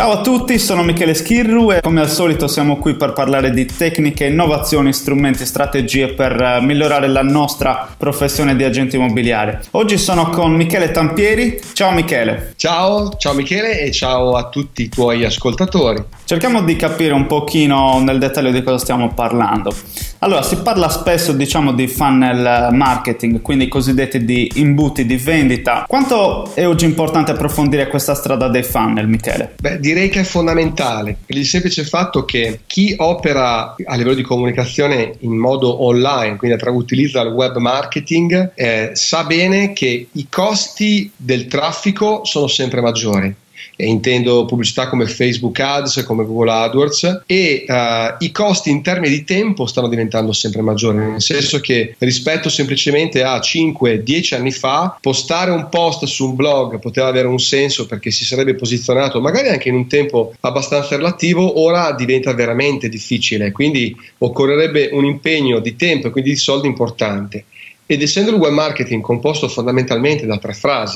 Ciao a tutti, sono Michele Schirru e come al solito siamo qui per parlare di tecniche, innovazioni, strumenti e strategie per migliorare la nostra professione di agente immobiliare. Oggi sono con Michele Tampieri. Ciao Michele. Ciao Michele e ciao a tutti i tuoi ascoltatori. Cerchiamo di capire un pochino nel dettaglio di cosa stiamo parlando. Allora, si parla spesso di funnel marketing, quindi i cosiddetti di imbuti di vendita. Quanto è oggi importante approfondire questa strada dei funnel, Michele? Direi che è fondamentale per il semplice fatto che chi opera a livello di comunicazione in modo online, quindi utilizza il web marketing, sa bene che i costi del traffico sono sempre maggiori. Intendo pubblicità come Facebook Ads, come Google AdWords, e i costi in termini di tempo stanno diventando sempre maggiori, nel senso che rispetto semplicemente a 5-10 anni fa postare un post su un blog poteva avere un senso perché si sarebbe posizionato magari anche in un tempo abbastanza relativo. Ora diventa veramente difficile, quindi occorrerebbe un impegno di tempo e quindi di soldi importante. Ed essendo il web marketing composto fondamentalmente da tre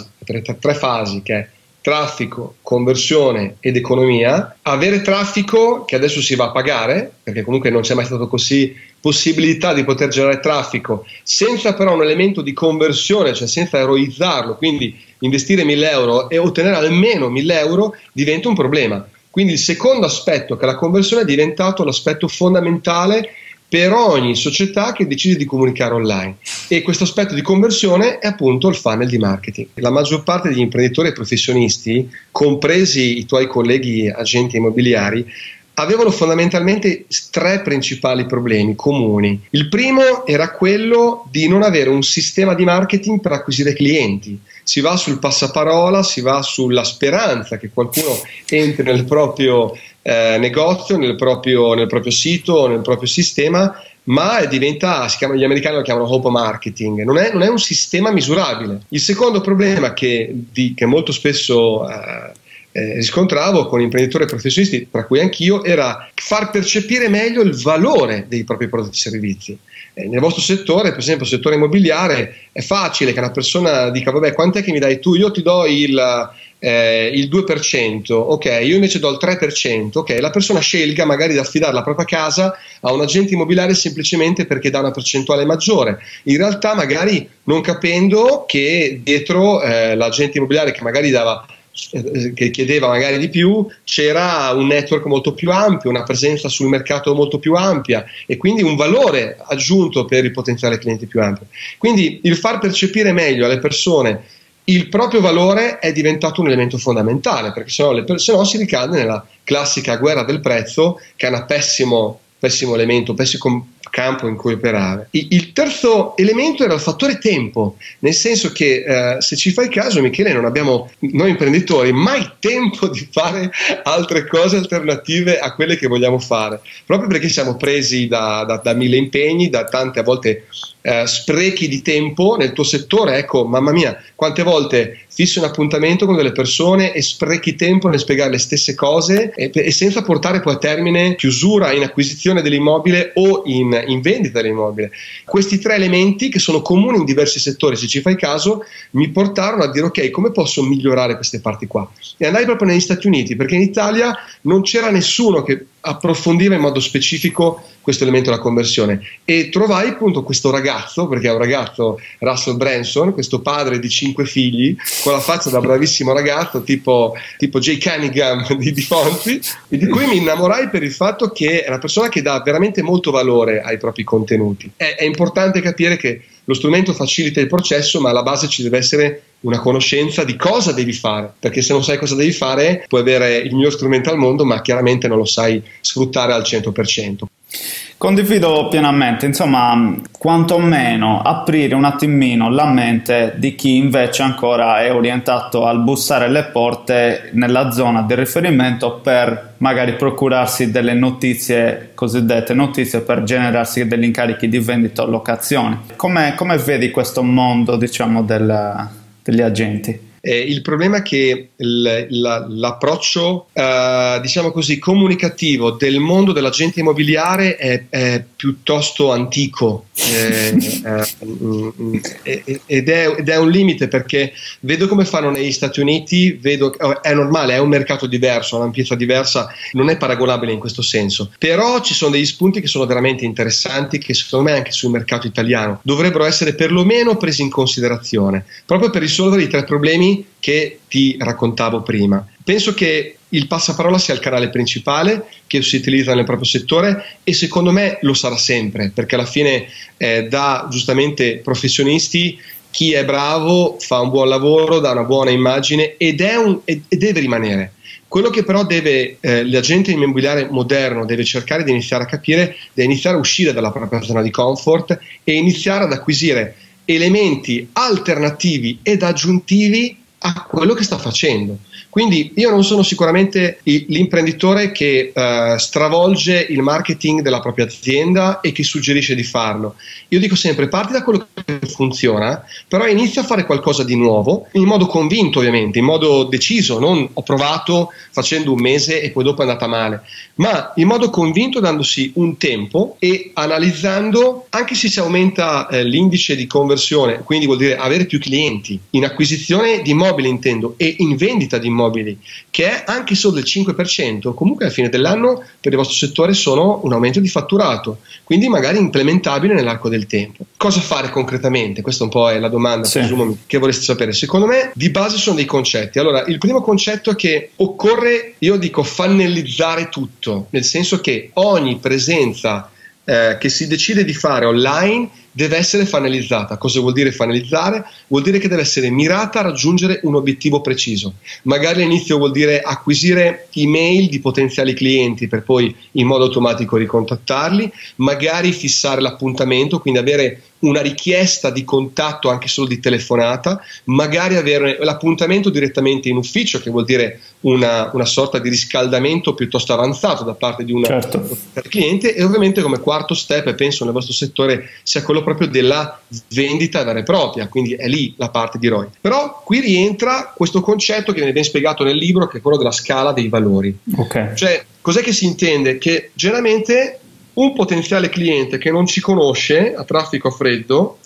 fasi che è traffico, conversione ed economia, avere traffico che adesso si va a pagare, perché comunque non c'è mai stato così possibilità di poter generare traffico senza però un elemento di conversione, cioè senza eroizzarlo, quindi investire 1.000 euro e ottenere almeno 1.000 euro diventa un problema. Quindi il secondo aspetto, che è la conversione, è diventato l'aspetto fondamentale per ogni società che decide di comunicare online, e questo aspetto di conversione è appunto il funnel di marketing. La maggior parte degli imprenditori e professionisti, compresi i tuoi colleghi agenti immobiliari, avevano fondamentalmente tre principali problemi comuni. Il primo era quello di non avere un sistema di marketing per acquisire clienti. Si va sul passaparola, si va sulla speranza che qualcuno entri nel proprio negozio, nel proprio sito, nel proprio sistema, ma gli americani lo chiamano hope marketing, non è un sistema misurabile. Il secondo problema che molto spesso riscontravo con imprenditori e professionisti, tra cui anch'io, era far percepire meglio il valore dei propri prodotti e servizi. Nel vostro settore, per esempio il settore immobiliare, è facile che una persona dica: vabbè, quant'è che mi dai tu? Io ti do il 2%, ok, io invece do il 3%, ok, la persona scelga magari di affidare la propria casa a un agente immobiliare semplicemente perché dà una percentuale maggiore, in realtà magari non capendo che dietro l'agente immobiliare che chiedeva magari di più, c'era un network molto più ampio, una presenza sul mercato molto più ampia e quindi un valore aggiunto per il potenziale cliente più ampio. Quindi il far percepire meglio alle persone il proprio valore è diventato un elemento fondamentale, perché sennò si ricade nella classica guerra del prezzo, che è un pessimo elemento, pessimo campo in cui operare. Il terzo elemento era il fattore tempo, nel senso che se ci fai caso, Michele, non abbiamo noi imprenditori mai tempo di fare altre cose alternative a quelle che vogliamo fare, proprio perché siamo presi da mille impegni, da tante a volte sprechi di tempo nel tuo settore. Ecco, mamma mia, quante volte fissi un appuntamento con delle persone e sprechi tempo nel spiegare le stesse cose e senza portare poi a termine chiusura in acquisizione dell'immobile o in vendita dell'immobile. Questi tre elementi, che sono comuni in diversi settori, se ci fai caso, mi portarono a dire: ok, come posso migliorare queste parti qua? E andai proprio negli Stati Uniti, perché in Italia non c'era nessuno che approfondiva in modo specifico questo elemento della conversione, e trovai appunto questo ragazzo, perché è un ragazzo, Russell Branson, questo padre di 5 figli con la faccia da bravissimo ragazzo tipo Jay Cunningham di Fonzi, e di cui mi innamorai per il fatto che è una persona che dà veramente molto valore ai propri contenuti. È importante capire che lo strumento facilita il processo, ma alla base ci deve essere una conoscenza di cosa devi fare, perché se non sai cosa devi fare puoi avere il miglior strumento al mondo, ma chiaramente non lo sai sfruttare al 100%. Condivido pienamente, insomma, quantomeno aprire un attimino la mente di chi invece ancora è orientato al bussare alle porte nella zona di riferimento per magari procurarsi delle notizie, cosiddette notizie, per generarsi degli incarichi di vendita o locazione. Come vedi questo mondo, degli agenti? Il problema è che l'approccio diciamo così comunicativo del mondo dell'agente immobiliare è piuttosto antico ed è un limite, perché vedo come fanno negli Stati Uniti, è normale, è un mercato diverso, ha un'ampiezza diversa, non è paragonabile in questo senso, però ci sono degli spunti che sono veramente interessanti, che secondo me anche sul mercato italiano dovrebbero essere perlomeno presi in considerazione, proprio per risolvere i 3 problemi che ti raccontavo prima. Penso che il passaparola sia il canale principale che si utilizza nel proprio settore, e secondo me lo sarà sempre, perché alla fine da giustamente professionisti, chi è bravo fa un buon lavoro, dà una buona immagine e deve rimanere. Quello che però l'agente immobiliare moderno deve cercare di iniziare a capire, deve iniziare a uscire dalla propria zona di comfort e iniziare ad acquisire elementi alternativi ed aggiuntivi a quello che sta facendo. Quindi io non sono sicuramente l'imprenditore che stravolge il marketing della propria azienda e che suggerisce di farlo. Io dico sempre: parti da quello che funziona, però inizia a fare qualcosa di nuovo, in modo convinto ovviamente, in modo deciso, non ho provato facendo un mese e poi dopo è andata male, ma in modo convinto, dandosi un tempo e analizzando anche se si aumenta l'indice di conversione, quindi vuol dire avere più clienti in acquisizione di immobili, intendo, e in vendita di immobili, che è anche solo del 5%, comunque alla fine dell'anno per il vostro settore sono un aumento di fatturato, quindi magari implementabile nell'arco del tempo. Cosa fare concretamente? Questa un po' è la domanda, sì, presumo che vorreste sapere. Secondo me di base sono dei concetti. Allora, il primo concetto è che occorre, io dico, fannellizzare tutto, nel senso che ogni presenza che si decide di fare online deve essere fannelizzata. Cosa vuol dire fannelizzare? Vuol dire che deve essere mirata a raggiungere un obiettivo preciso. Magari all'inizio vuol dire acquisire email di potenziali clienti per poi in modo automatico ricontattarli, magari fissare l'appuntamento, quindi avere una richiesta di contatto anche solo di telefonata, magari avere l'appuntamento direttamente in ufficio, che vuol dire una sorta di riscaldamento piuttosto avanzato da parte di un cliente, e ovviamente come quarto step, e penso nel vostro settore sia quello proprio della vendita vera e propria, quindi è lì la parte di ROI. Però qui rientra questo concetto che viene ben spiegato nel libro, che è quello della scala dei valori. Okay. Cioè, cos'è che si intende? Che generalmente un potenziale cliente che non ci conosce a traffico a freddo,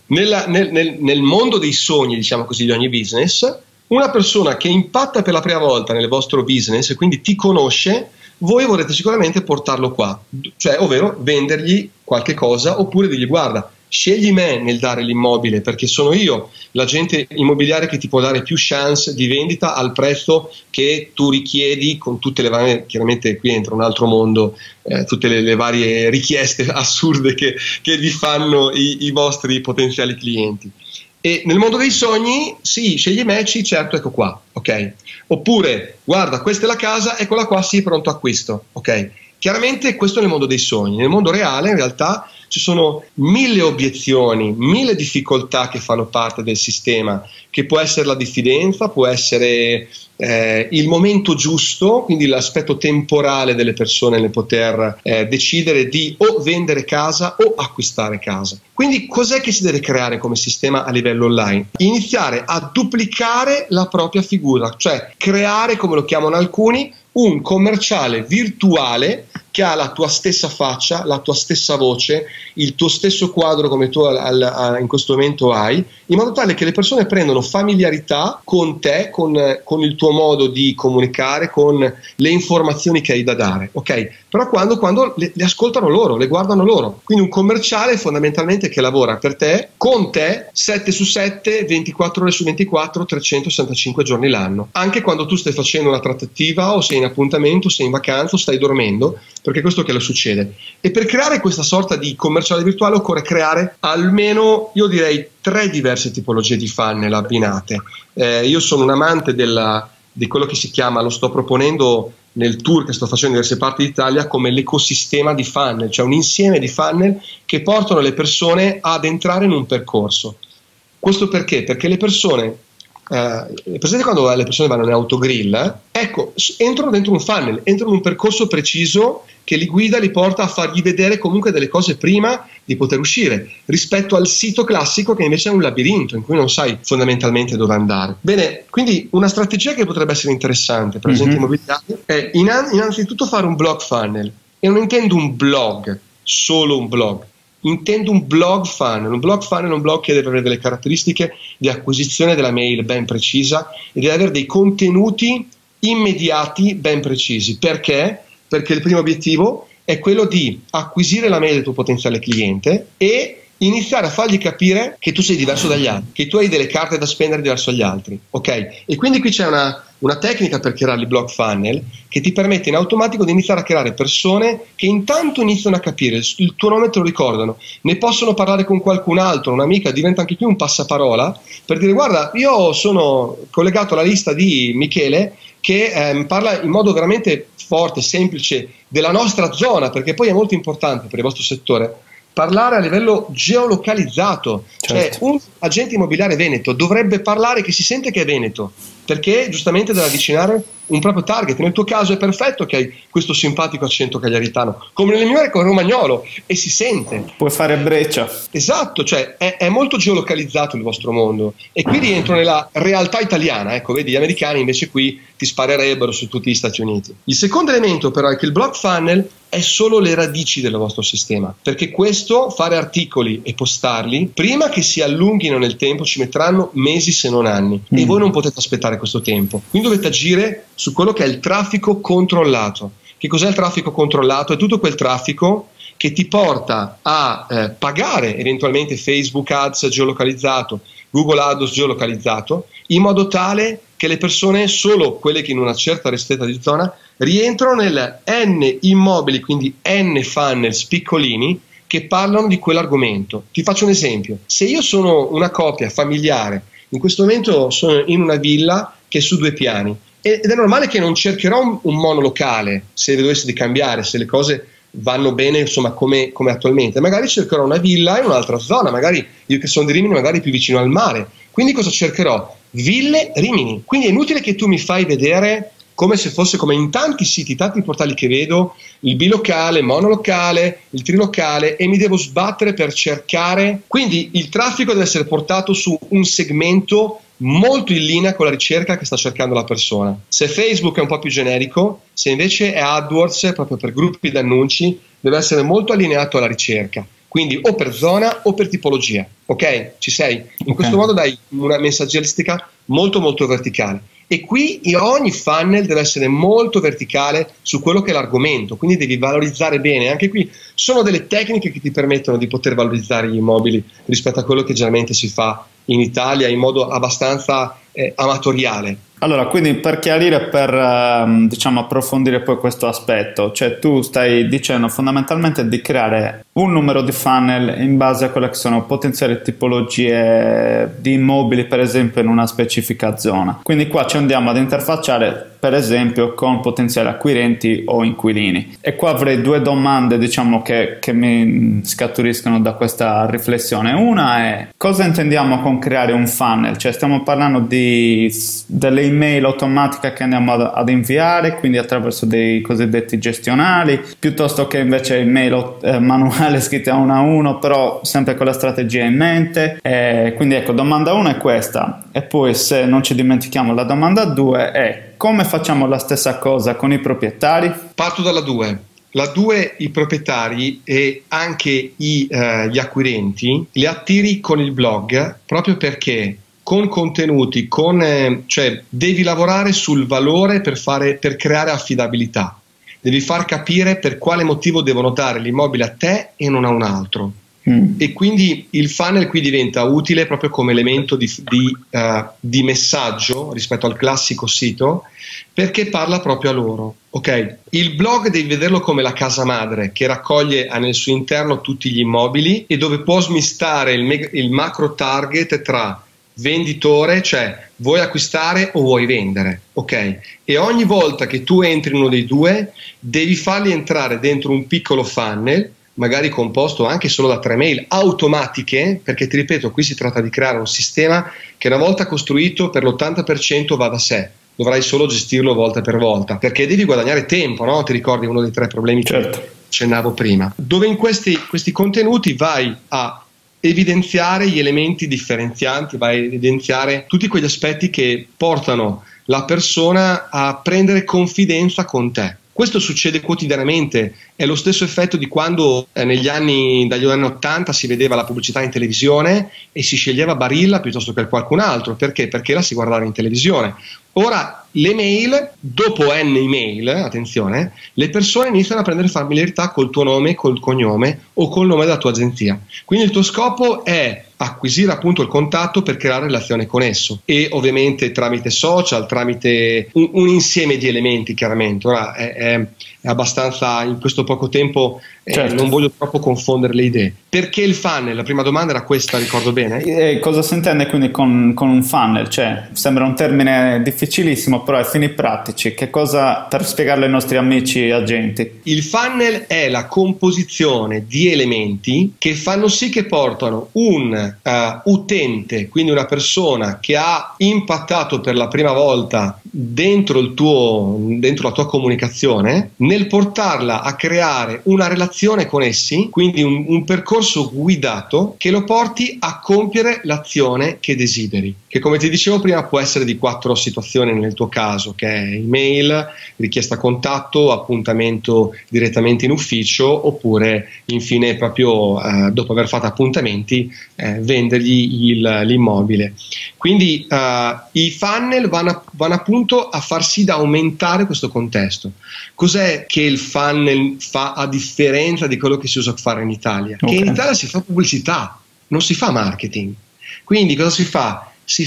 nel mondo dei sogni, diciamo così, di ogni business, una persona che impatta per la prima volta nel vostro business e quindi ti conosce, voi vorrete sicuramente portarlo qua, cioè ovvero vendergli qualche cosa, oppure dirgli: guarda, scegli me nel dare l'immobile, perché sono io l'agente immobiliare che ti può dare più chance di vendita al prezzo che tu richiedi, con tutte le varie, chiaramente qui entra un altro mondo, tutte le varie richieste assurde che vi fanno i vostri potenziali clienti. E nel mondo dei sogni, sì, scegli me, sì, certo, ecco qua, ok? Oppure, guarda, questa è la casa, eccola qua, sì, pronto acquisto, ok? Chiaramente questo è nel mondo dei sogni. Nel mondo reale in realtà ci sono 1000 obiezioni, 1000 difficoltà che fanno parte del sistema, che può essere la diffidenza, può essere il momento giusto, quindi l'aspetto temporale delle persone nel poter decidere di o vendere casa o acquistare casa. Quindi cos'è che si deve creare come sistema a livello online? Iniziare a duplicare la propria figura, cioè creare, come lo chiamano alcuni, un commerciale virtuale che ha la tua stessa faccia, la tua stessa voce, il tuo stesso quadro come tu in questo momento hai, in modo tale che le persone prendono familiarità con te, con il tuo modo di comunicare, con le informazioni che hai da dare, ok? Però quando le ascoltano loro, le guardano loro. Quindi un commerciale fondamentalmente che lavora per te, con te, 7 su 7, 24 ore su 24, 365 giorni l'anno. Anche quando tu stai facendo una trattativa o sei in appuntamento, sei in vacanza o stai dormendo, perché questo che le succede. E per creare questa sorta di commerciale virtuale occorre creare almeno, io direi, 3 diverse tipologie di funnel abbinate. Io sono un amante di quello che si chiama, lo sto proponendo nel tour che sto facendo in diverse parti d'Italia, come l'ecosistema di funnel, cioè un insieme di funnel che portano le persone ad entrare in un percorso. Questo perché? Perché le persone presente quando le persone vanno in autogrill? Ecco, entrano dentro un funnel, entrano in un percorso preciso che li guida, li porta a fargli vedere comunque delle cose prima di poter uscire, rispetto al sito classico che invece è un labirinto in cui non sai fondamentalmente dove andare. Bene, quindi una strategia che potrebbe essere interessante per agenti immobiliari è innanzitutto fare un blog funnel, e non intendo un blog, solo un blog. Intendo un blog funnel. Un blog funnel è un blog che deve avere delle caratteristiche di acquisizione della mail ben precisa e deve avere dei contenuti immediati ben precisi. Perché? Perché il primo obiettivo è quello di acquisire la mail del tuo potenziale cliente e iniziare a fargli capire che tu sei diverso dagli altri, che tu hai delle carte da spendere diverso dagli altri, ok? E quindi qui c'è una tecnica per creare il blog funnel che ti permette in automatico di iniziare a creare persone che intanto iniziano a capire, il tuo nome te lo ricordano, ne possono parlare con qualcun altro, un'amica, diventa anche qui un passaparola per dire: guarda, io sono collegato alla lista di Michele che parla in modo veramente forte, semplice della nostra zona, perché poi è molto importante per il vostro settore parlare a livello geolocalizzato. Certo. Cioè un agente immobiliare veneto dovrebbe parlare che si sente che è veneto, perché giustamente deve avvicinare un proprio target. Nel tuo caso è perfetto che hai questo simpatico accento cagliaritano, come nel mio è romagnolo, e si sente. Puoi fare breccia. Esatto, cioè è molto geolocalizzato il vostro mondo, e qui rientro nella realtà italiana. Ecco, vedi, gli americani invece qui ti sparerebbero su tutti gli Stati Uniti. Il secondo elemento però è che il blog funnel è solo le radici del vostro sistema, perché questo, fare articoli e postarli, prima che si allunghino nel tempo ci metteranno mesi se non anni, e voi non potete aspettare questo tempo, quindi dovete agire su quello che è il traffico controllato. Che cos'è il traffico controllato? È tutto quel traffico che ti porta a pagare eventualmente Facebook Ads geolocalizzato, Google Ads geolocalizzato, in modo tale che le persone, solo quelle che in una certa ristretta di zona, rientrano nel N immobili, quindi N funnels piccolini che parlano di quell'argomento. Ti faccio un esempio: se io sono una coppia familiare, in questo momento sono in una villa che è su 2 piani, ed è normale che non cercherò un monolocale se dovessi di cambiare, se le cose vanno bene, insomma, come attualmente. Magari cercherò una villa in un'altra zona, magari io che sono di Rimini, magari più vicino al mare. Quindi cosa cercherò? Ville Rimini. Quindi è inutile che tu mi fai vedere come se fosse, come in tanti siti, tanti portali che vedo, il bilocale, il monolocale, il trilocale, e mi devo sbattere per cercare. Quindi il traffico deve essere portato su un segmento molto in linea con la ricerca che sta cercando la persona. Se Facebook è un po' più generico, se invece è AdWords, proprio per gruppi di annunci, deve essere molto allineato alla ricerca, quindi o per zona o per tipologia. Ok? Ci sei? In questo modo dai una messaggistica molto molto verticale. E qui ogni funnel deve essere molto verticale su quello che è l'argomento, quindi devi valorizzare bene. Anche qui sono delle tecniche che ti permettono di poter valorizzare gli immobili rispetto a quello che generalmente si fa in Italia in modo abbastanza amatoriale. Allora, quindi per chiarire, per diciamo approfondire poi questo aspetto, cioè tu stai dicendo fondamentalmente di creare un numero di funnel in base a quelle che sono potenziali tipologie di immobili, per esempio in una specifica zona. Quindi qua ci andiamo ad interfacciare per esempio con potenziali acquirenti o inquilini. E qua avrei 2 domande, diciamo, che mi scaturiscono da questa riflessione. Una è: cosa intendiamo con creare un funnel? Cioè stiamo parlando delle email automatiche che andiamo ad inviare, quindi attraverso dei cosiddetti gestionali, piuttosto che invece email manuale scritte a uno, però sempre con la strategia in mente. Quindi ecco, domanda 1 è questa, e poi, se non ci dimentichiamo, la domanda 2 è: come facciamo la stessa cosa con i proprietari? Parto dalla 2. La 2, i proprietari e anche gli acquirenti li attiri con il blog, proprio perché con contenuti, cioè devi lavorare sul valore per creare affidabilità. Devi far capire per quale motivo devono dare l'immobile a te e non a un altro. E quindi il funnel qui diventa utile proprio come elemento di messaggio rispetto al classico sito, perché parla proprio a loro. Ok, il blog devi vederlo come la casa madre che raccoglie nel suo interno tutti gli immobili e dove può smistare il macro target tra venditore, cioè vuoi acquistare o vuoi vendere, ok? E ogni volta che tu entri in uno dei due devi farli entrare dentro un piccolo funnel magari composto anche solo da 3 mail automatiche, perché ti ripeto, qui si tratta di creare un sistema che una volta costruito per l'80% va da sé, dovrai solo gestirlo volta per volta, perché devi guadagnare tempo, no? Ti ricordi uno dei 3 problemi che accennavo prima, dove in questi contenuti vai a evidenziare gli elementi differenzianti, vai a evidenziare tutti quegli aspetti che portano la persona a prendere confidenza con te. Questo succede quotidianamente, è lo stesso effetto di quando dagli anni 80 si vedeva la pubblicità in televisione e si sceglieva Barilla piuttosto che qualcun altro. Perché? Perché la si guardava in televisione. Ora le mail, dopo n email, attenzione, le persone iniziano a prendere familiarità col tuo nome, col cognome o col nome della tua agenzia. Quindi il tuo scopo è acquisire appunto il contatto per creare relazione con esso, e ovviamente tramite social, tramite un insieme di elementi, chiaramente. Ora è abbastanza, in questo poco tempo non voglio troppo confondere le idee. Perché il funnel? La prima domanda era questa, ricordo bene? Cosa si intende quindi con un funnel? Cioè, sembra un termine difficilissimo, però ai fini pratici, che cosa, per spiegarlo ai nostri amici agenti? Il funnel è la composizione di elementi che fanno sì che portano un utente, quindi una persona che ha impattato per la prima volta dentro la tua comunicazione, nel portarla a creare una relazione con essi, quindi un percorso guidato che lo porti a compiere l'azione che desideri, che come ti dicevo prima può essere di 4 situazioni nel tuo caso, che è email, richiesta contatto, appuntamento direttamente in ufficio, oppure infine proprio dopo aver fatto appuntamenti vendergli l'immobile. Quindi i funnel vanno appunto a far sì da aumentare questo contesto. Cos'è che il funnel fa a differenza di quello che si usa fare in Italia? Okay. Che in Italia si fa pubblicità, non si fa marketing. Quindi cosa si fa?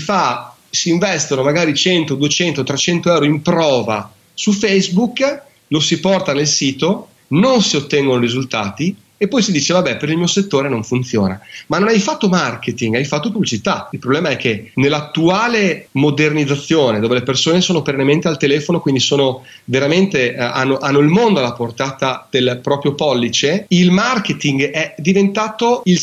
Si investono magari 100, 200, 300 euro in prova su Facebook, lo si porta nel sito, non si ottengono risultati e poi si dice vabbè, per il mio settore non funziona. Ma non hai fatto marketing, hai fatto pubblicità. Il problema è che nell'attuale modernizzazione, dove le persone sono perennemente al telefono, quindi sono veramente hanno il mondo alla portata del proprio pollice, il marketing è diventato il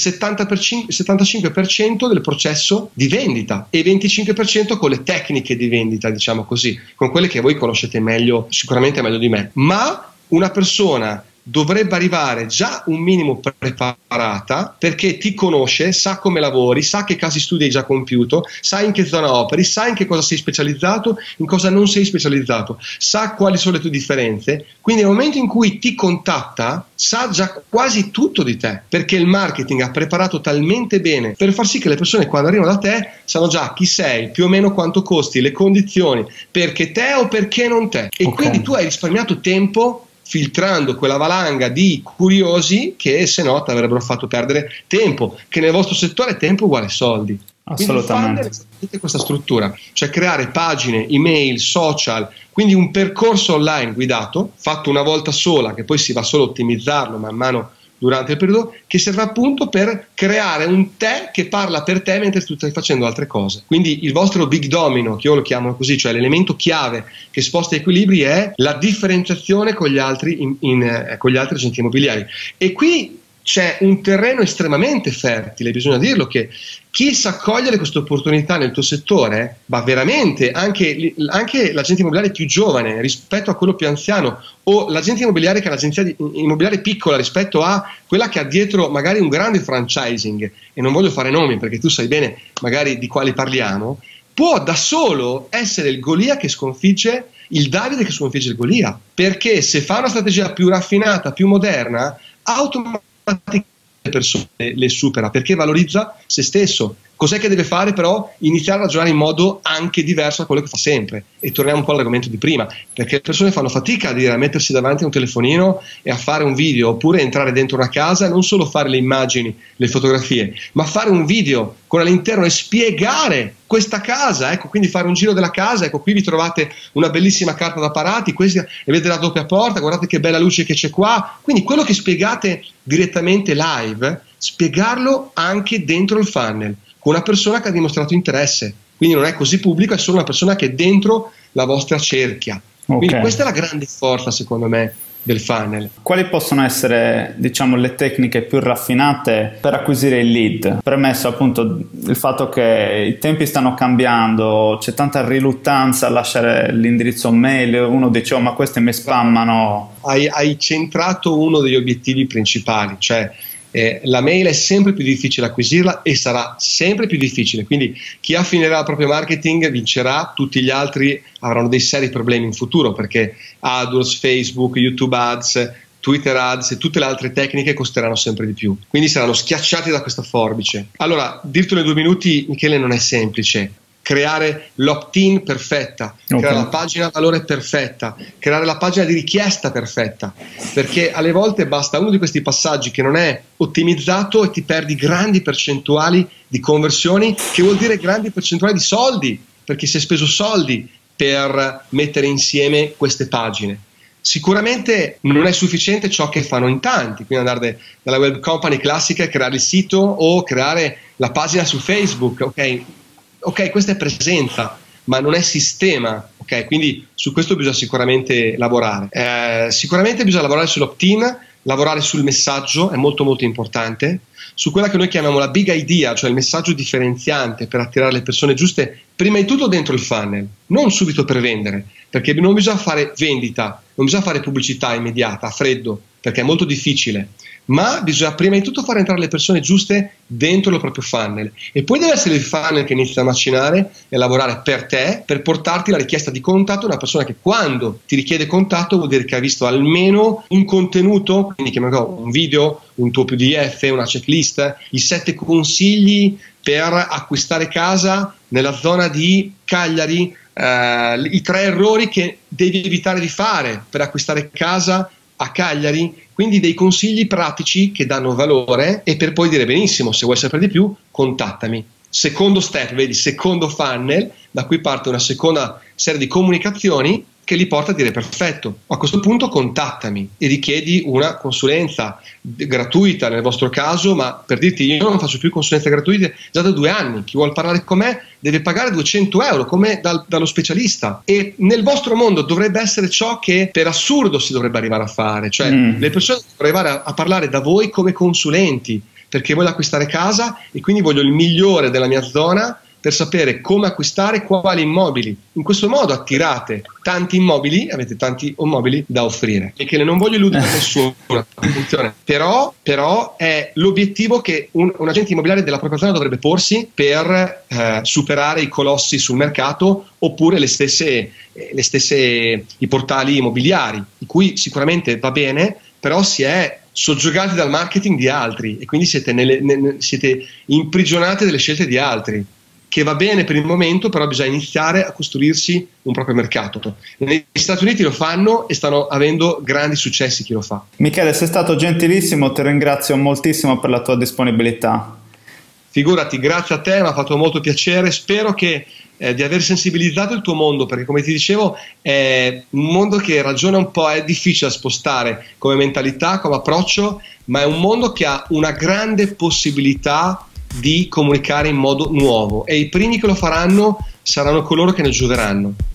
75% del processo di vendita e 25% con le tecniche di vendita, diciamo così, con quelle che voi conoscete meglio, sicuramente meglio di me. Ma una persona dovrebbe arrivare già un minimo preparata, perché ti conosce, sa come lavori, sa che casi studi hai già compiuto, sa in che zona operi, sa in che cosa sei specializzato, in cosa non sei specializzato, sa quali sono le tue differenze. Quindi nel momento in cui ti contatta sa già quasi tutto di te, perché il marketing ha preparato talmente bene per far sì che le persone quando arrivano da te sanno già chi sei, più o meno quanto costi, le condizioni, perché te o perché non te. E quindi tu hai risparmiato tempo filtrando quella valanga di curiosi che se no ti avrebbero fatto perdere tempo, che nel vostro settore tempo uguale soldi. Assolutamente. Quindi questa struttura, cioè creare pagine, email, social, quindi un percorso online guidato, fatto una volta sola, che poi si va solo a ottimizzarlo man mano durante il periodo, che serve appunto per creare un te che parla per te mentre tu stai facendo altre cose. Quindi il vostro big domino, che io lo chiamo così, cioè l'elemento chiave che sposta equilibri, è la differenziazione con gli altri con gli altri agenti immobiliari. E qui c'è un terreno estremamente fertile, bisogna dirlo, che chi sa cogliere questa opportunità nel tuo settore, ma veramente anche l'agente immobiliare più giovane rispetto a quello più anziano, o l'agente immobiliare che è l'agenzia immobiliare piccola rispetto a quella che ha dietro magari un grande franchising, e non voglio fare nomi perché tu sai bene magari di quali parliamo, può da solo essere il Golia che sconfigge il Davide che sconfigge il Golia, perché se fa una strategia più raffinata, più moderna, automaticamente le persone le supera, perché valorizza se stesso. Cos'è che deve fare però? Iniziare a ragionare in modo anche diverso da quello che fa sempre. E torniamo un po' all'argomento di prima, perché le persone fanno fatica a mettersi davanti a un telefonino e a fare un video, oppure entrare dentro una casa e non solo fare le immagini, le fotografie, ma fare un video con all'interno e spiegare questa casa. Ecco, quindi fare un giro della casa. Ecco, qui vi trovate una bellissima carta da parati, e vedete la doppia porta, guardate che bella luce che c'è qua. Quindi quello che spiegate direttamente live, spiegarlo anche dentro il funnel con una persona che ha dimostrato interesse, quindi non è così pubblico, è solo una persona che è dentro la vostra cerchia. Quindi questa è la grande forza, secondo me, del funnel. Quali possono essere, diciamo, le tecniche più raffinate per acquisire il lead? Premesso appunto il fatto che i tempi stanno cambiando, c'è tanta riluttanza a lasciare l'indirizzo mail, uno dice ma questi mi spammano. Hai centrato uno degli obiettivi principali, cioè la mail è sempre più difficile acquisirla e sarà sempre più difficile, quindi chi affinerà il proprio marketing vincerà, tutti gli altri avranno dei seri problemi in futuro, perché AdWords, Facebook, YouTube Ads, Twitter Ads e tutte le altre tecniche costeranno sempre di più, quindi saranno schiacciati da questa forbice. Allora, dirtelo in 2 minuti, Michele, non è semplice. Creare l'opt-in perfetta, creare la pagina valore perfetta, creare la pagina di richiesta perfetta, perché alle volte basta uno di questi passaggi che non è ottimizzato e ti perdi grandi percentuali di conversioni, che vuol dire grandi percentuali di soldi, perché si è speso soldi per mettere insieme queste pagine. Sicuramente non è sufficiente ciò che fanno in tanti, quindi andare dalla web company classica e creare il sito o creare la pagina su Facebook, ok, questa è presenza, ma non è sistema, ok? Quindi su questo bisogna sicuramente lavorare. Sicuramente bisogna lavorare sull'opt-in, lavorare sul messaggio, è molto molto importante, su quella che noi chiamiamo la big idea, cioè il messaggio differenziante per attirare le persone giuste, prima di tutto dentro il funnel, non subito per vendere, perché non bisogna fare vendita, non bisogna fare pubblicità immediata, a freddo, perché è molto difficile, ma bisogna prima di tutto fare entrare le persone giuste dentro il proprio funnel, e poi deve essere il funnel che inizia a macinare e a lavorare per te, per portarti la richiesta di contatto, una persona che quando ti richiede contatto vuol dire che ha visto almeno un contenuto, quindi che magari un video, un tuo PDF, una checklist, i 7 consigli per acquistare casa nella zona di Cagliari, i 3 errori che devi evitare di fare per acquistare casa a Cagliari, quindi dei consigli pratici che danno valore, e per poi dire benissimo, se vuoi sapere di più contattami. Secondo step, vedi, secondo funnel, da cui parte una seconda serie di comunicazioni che li porta a dire perfetto, a questo punto contattami e richiedi una consulenza gratuita nel vostro caso, ma per dirti, io non faccio più consulenze gratuite già da 2 anni, chi vuole parlare con me deve pagare 200 euro come dallo specialista, e nel vostro mondo dovrebbe essere ciò che per assurdo si dovrebbe arrivare a fare, cioè le persone dovrebbero arrivare a parlare da voi come consulenti, perché voglio acquistare casa e quindi voglio il migliore della mia zona per sapere come acquistare quali immobili. In questo modo attirate tanti immobili, avete tanti immobili da offrire. E che non voglio illudere nessuno, attenzione, però è l'obiettivo che un agente immobiliare della propria zona dovrebbe porsi per superare i colossi sul mercato, oppure le stesse i portali immobiliari, di cui sicuramente va bene, però si è soggiogati dal marketing di altri e quindi siete imprigionati delle scelte di altri, che va bene per il momento, però bisogna iniziare a costruirsi un proprio mercato. Negli Stati Uniti lo fanno e stanno avendo grandi successi chi lo fa. Michele, sei stato gentilissimo, ti ringrazio moltissimo per la tua disponibilità. Figurati, grazie a te, mi ha fatto molto piacere, spero che di aver sensibilizzato il tuo mondo, perché come ti dicevo è un mondo che ragiona un po', è difficile da spostare come mentalità, come approccio, ma è un mondo che ha una grande possibilità di comunicare in modo nuovo, e i primi che lo faranno saranno coloro che ne gioveranno.